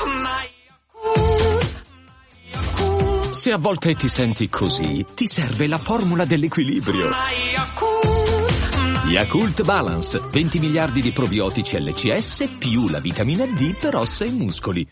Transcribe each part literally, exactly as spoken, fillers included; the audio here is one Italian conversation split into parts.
Se a volte ti senti così, ti serve la formula dell'equilibrio. Yakult Balance, venti miliardi di probiotici L C S più la vitamina D per ossa e muscoli.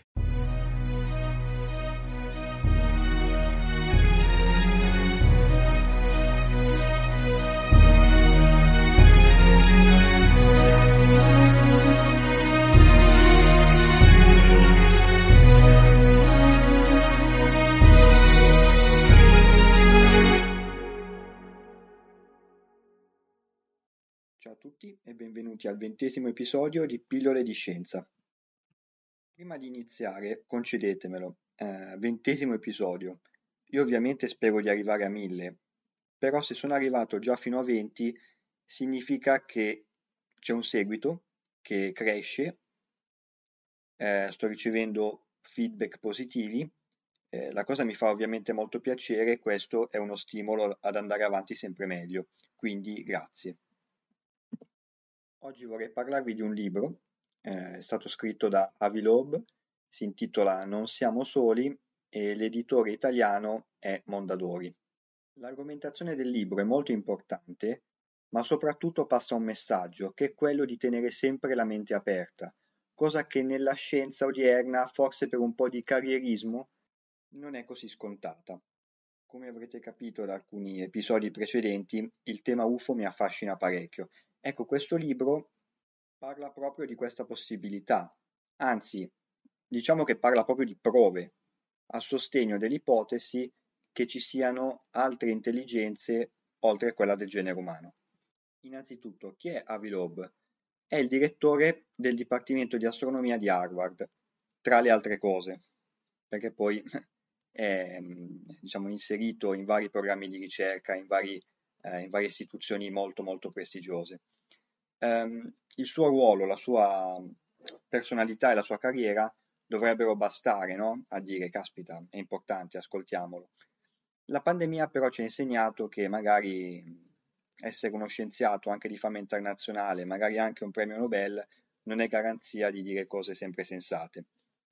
Ciao a tutti e benvenuti al ventesimo episodio di Pillole di Scienza. Prima di iniziare, concedetemelo, eh, ventesimo episodio. Io ovviamente spero di arrivare a mille, però se sono arrivato già fino a venti significa che c'è un seguito che cresce, eh, sto ricevendo feedback positivi, eh, la cosa mi fa ovviamente molto piacere, questo è uno stimolo ad andare avanti sempre meglio, quindi grazie. Oggi vorrei parlarvi di un libro, eh, è stato scritto da Avi Loeb, si intitola Non siamo soli e l'editore italiano è Mondadori. L'argomentazione del libro è molto importante, ma soprattutto passa un messaggio che è quello di tenere sempre la mente aperta, cosa che nella scienza odierna, forse per un po' di carrierismo, non è così scontata. Come avrete capito da alcuni episodi precedenti, il tema U F O mi affascina parecchio. Ecco, questo libro parla proprio di questa possibilità, anzi, diciamo che parla proprio di prove a sostegno dell'ipotesi che ci siano altre intelligenze oltre a quella del genere umano. Innanzitutto, chi è Avi Loeb? È il direttore del Dipartimento di Astronomia di Harvard, tra le altre cose, perché poi è diciamo, inserito in vari programmi di ricerca, in, vari, eh, in varie istituzioni molto molto prestigiose. Um, il suo ruolo, la sua personalità e la sua carriera dovrebbero bastare, no? A dire, caspita, è importante, ascoltiamolo. La pandemia però ci ha insegnato che magari essere uno scienziato anche di fama internazionale, magari anche un premio Nobel, non è garanzia di dire cose sempre sensate.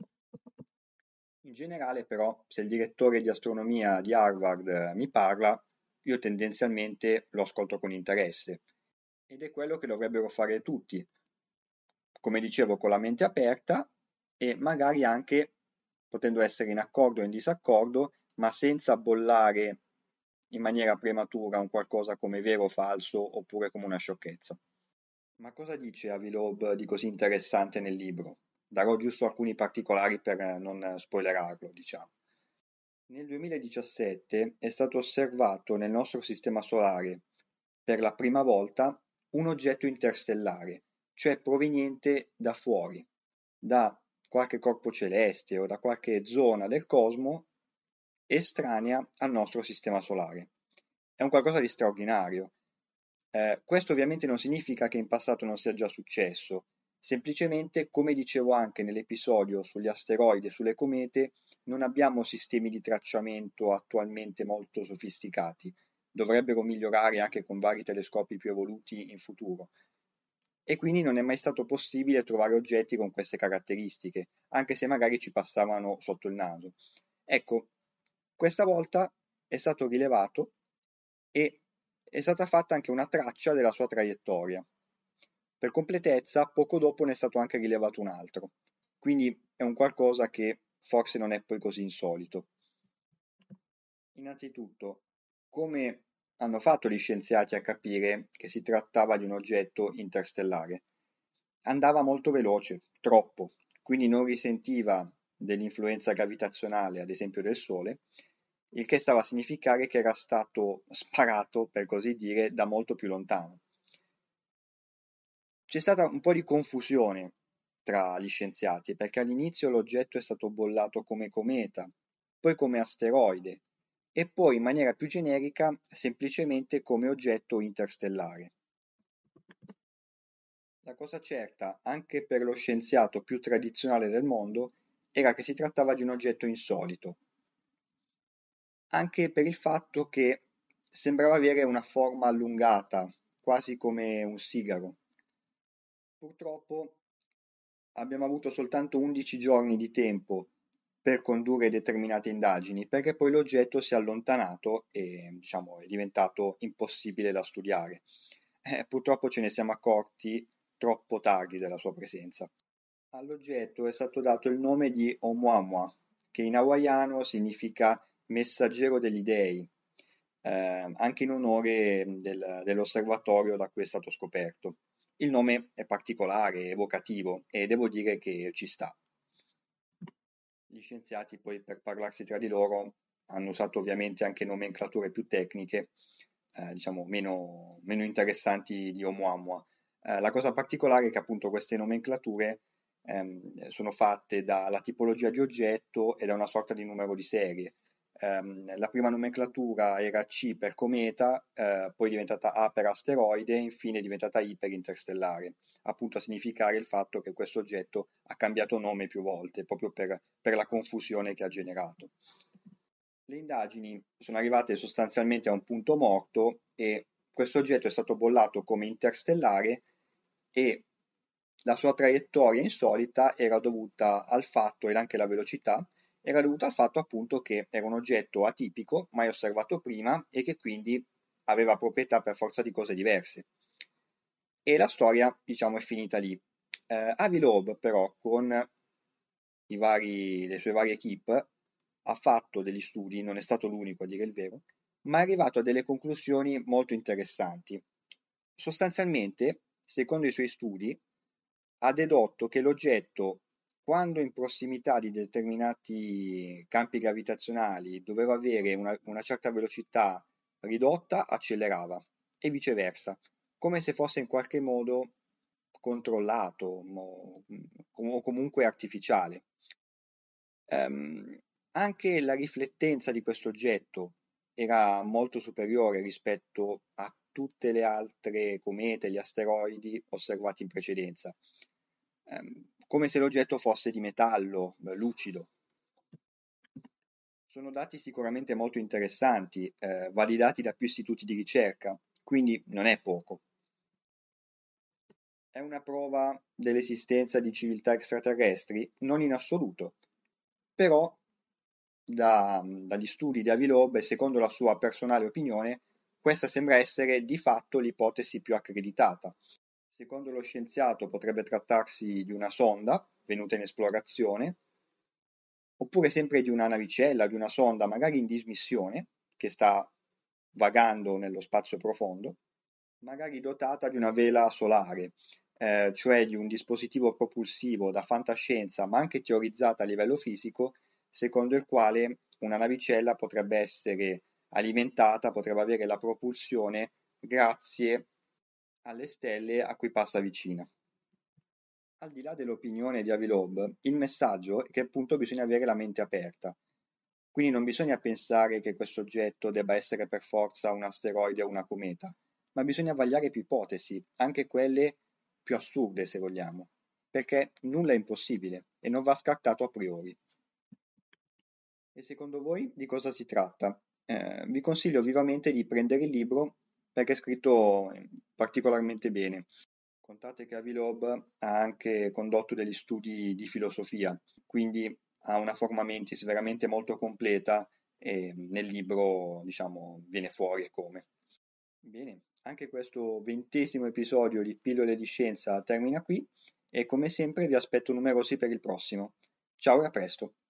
In generale però, se il direttore di astronomia di Harvard mi parla, io tendenzialmente lo ascolto con interesse. Ed è quello che dovrebbero fare tutti, come dicevo, con la mente aperta e magari anche potendo essere in accordo o in disaccordo, ma senza bollare in maniera prematura un qualcosa come vero o falso oppure come una sciocchezza. Ma cosa dice Avi Loeb di così interessante nel libro? Darò giusto alcuni particolari per non spoilerarlo, diciamo. Nel duemiladiciassette è stato osservato nel nostro sistema solare per la prima volta un oggetto interstellare, cioè proveniente da fuori, da qualche corpo celeste o da qualche zona del cosmo estranea al nostro sistema solare. È un qualcosa di straordinario. Eh, questo ovviamente non significa che in passato non sia già successo, semplicemente, come dicevo anche nell'episodio sugli asteroidi e sulle comete, non abbiamo sistemi di tracciamento attualmente molto sofisticati, dovrebbero migliorare anche con vari telescopi più evoluti in futuro. E quindi non è mai stato possibile trovare oggetti con queste caratteristiche, anche se magari ci passavano sotto il naso. Ecco, questa volta è stato rilevato e è stata fatta anche una traccia della sua traiettoria. Per completezza, poco dopo ne è stato anche rilevato un altro, quindi è un qualcosa che forse non è poi così insolito. Innanzitutto, come hanno fatto gli scienziati a capire che si trattava di un oggetto interstellare? Andava molto veloce, troppo, quindi non risentiva dell'influenza gravitazionale, ad esempio del Sole, il che stava a significare che era stato sparato, per così dire, da molto più lontano. C'è stata un po' di confusione tra gli scienziati, perché all'inizio l'oggetto è stato bollato come cometa, poi come asteroide, e poi in maniera più generica semplicemente come oggetto interstellare. La cosa certa, anche per lo scienziato più tradizionale del mondo, era che si trattava di un oggetto insolito, anche per il fatto che sembrava avere una forma allungata, quasi come un sigaro. Purtroppo abbiamo avuto soltanto undici giorni di tempo per condurre determinate indagini, perché poi l'oggetto si è allontanato e, diciamo, è diventato impossibile da studiare. Eh, purtroppo ce ne siamo accorti troppo tardi della sua presenza. All'oggetto è stato dato il nome di Oumuamua, che in hawaiano significa messaggero degli dei, eh, anche in onore del- dell'osservatorio da cui è stato scoperto. Il nome è particolare, evocativo e devo dire che ci sta. Gli scienziati poi per parlarsi tra di loro hanno usato ovviamente anche nomenclature più tecniche, eh, diciamo meno, meno interessanti di Oumuamua. Eh, la cosa particolare è che appunto queste nomenclature ehm, sono fatte dalla tipologia di oggetto e da una sorta di numero di serie. Ehm, la prima nomenclatura era C per cometa, eh, poi è diventata A per asteroide e infine è diventata I per interstellare, appunto a significare il fatto che questo oggetto ha cambiato nome più volte, proprio per, per la confusione che ha generato. Le indagini sono arrivate sostanzialmente a un punto morto e questo oggetto è stato bollato come interstellare e la sua traiettoria insolita era dovuta al fatto, ed anche la velocità, era dovuta al fatto appunto che era un oggetto atipico, mai osservato prima e che quindi aveva proprietà per forza di cose diverse. E la storia, diciamo, è finita lì. Eh, Avi Loeb però con i vari, le sue varie equip ha fatto degli studi, non è stato l'unico a dire il vero, ma è arrivato a delle conclusioni molto interessanti. Sostanzialmente, secondo i suoi studi, ha dedotto che l'oggetto, quando in prossimità di determinati campi gravitazionali doveva avere una, una certa velocità ridotta, accelerava e viceversa, come se fosse in qualche modo controllato o, o comunque artificiale. Ehm, Anche la riflettenza di questo oggetto era molto superiore rispetto a tutte le altre comete, gli asteroidi osservati in precedenza, ehm, come se l'oggetto fosse di metallo, eh, lucido. Sono dati sicuramente molto interessanti, eh, validati da più istituti di ricerca, quindi non è poco. È una prova dell'esistenza di civiltà extraterrestri? Non in assoluto, però da- dagli studi di Avi Loeb e secondo la sua personale opinione, questa sembra essere di fatto l'ipotesi più accreditata. Secondo lo scienziato potrebbe trattarsi di una sonda venuta in esplorazione, oppure sempre di una navicella, di una sonda magari in dismissione, che sta vagando nello spazio profondo, magari dotata di una vela solare, eh, cioè di un dispositivo propulsivo da fantascienza, ma anche teorizzata a livello fisico, secondo il quale una navicella potrebbe essere alimentata, potrebbe avere la propulsione grazie alle stelle a cui passa vicina. Al di là dell'opinione di Avi Loeb, il messaggio è che appunto bisogna avere la mente aperta. Quindi non bisogna pensare che questo oggetto debba essere per forza un asteroide o una cometa, ma bisogna vagliare più ipotesi, anche quelle più assurde se vogliamo, perché nulla è impossibile e non va scartato a priori. E secondo voi di cosa si tratta? Eh, vi consiglio vivamente di prendere il libro perché è scritto eh, particolarmente bene. Contate che Avi Loeb ha anche condotto degli studi di filosofia, quindi ha una forma mentis veramente molto completa e nel libro, diciamo, viene fuori e come. Bene, anche questo ventesimo episodio di Pillole di Scienza termina qui e come sempre vi aspetto numerosi per il prossimo. Ciao e a presto!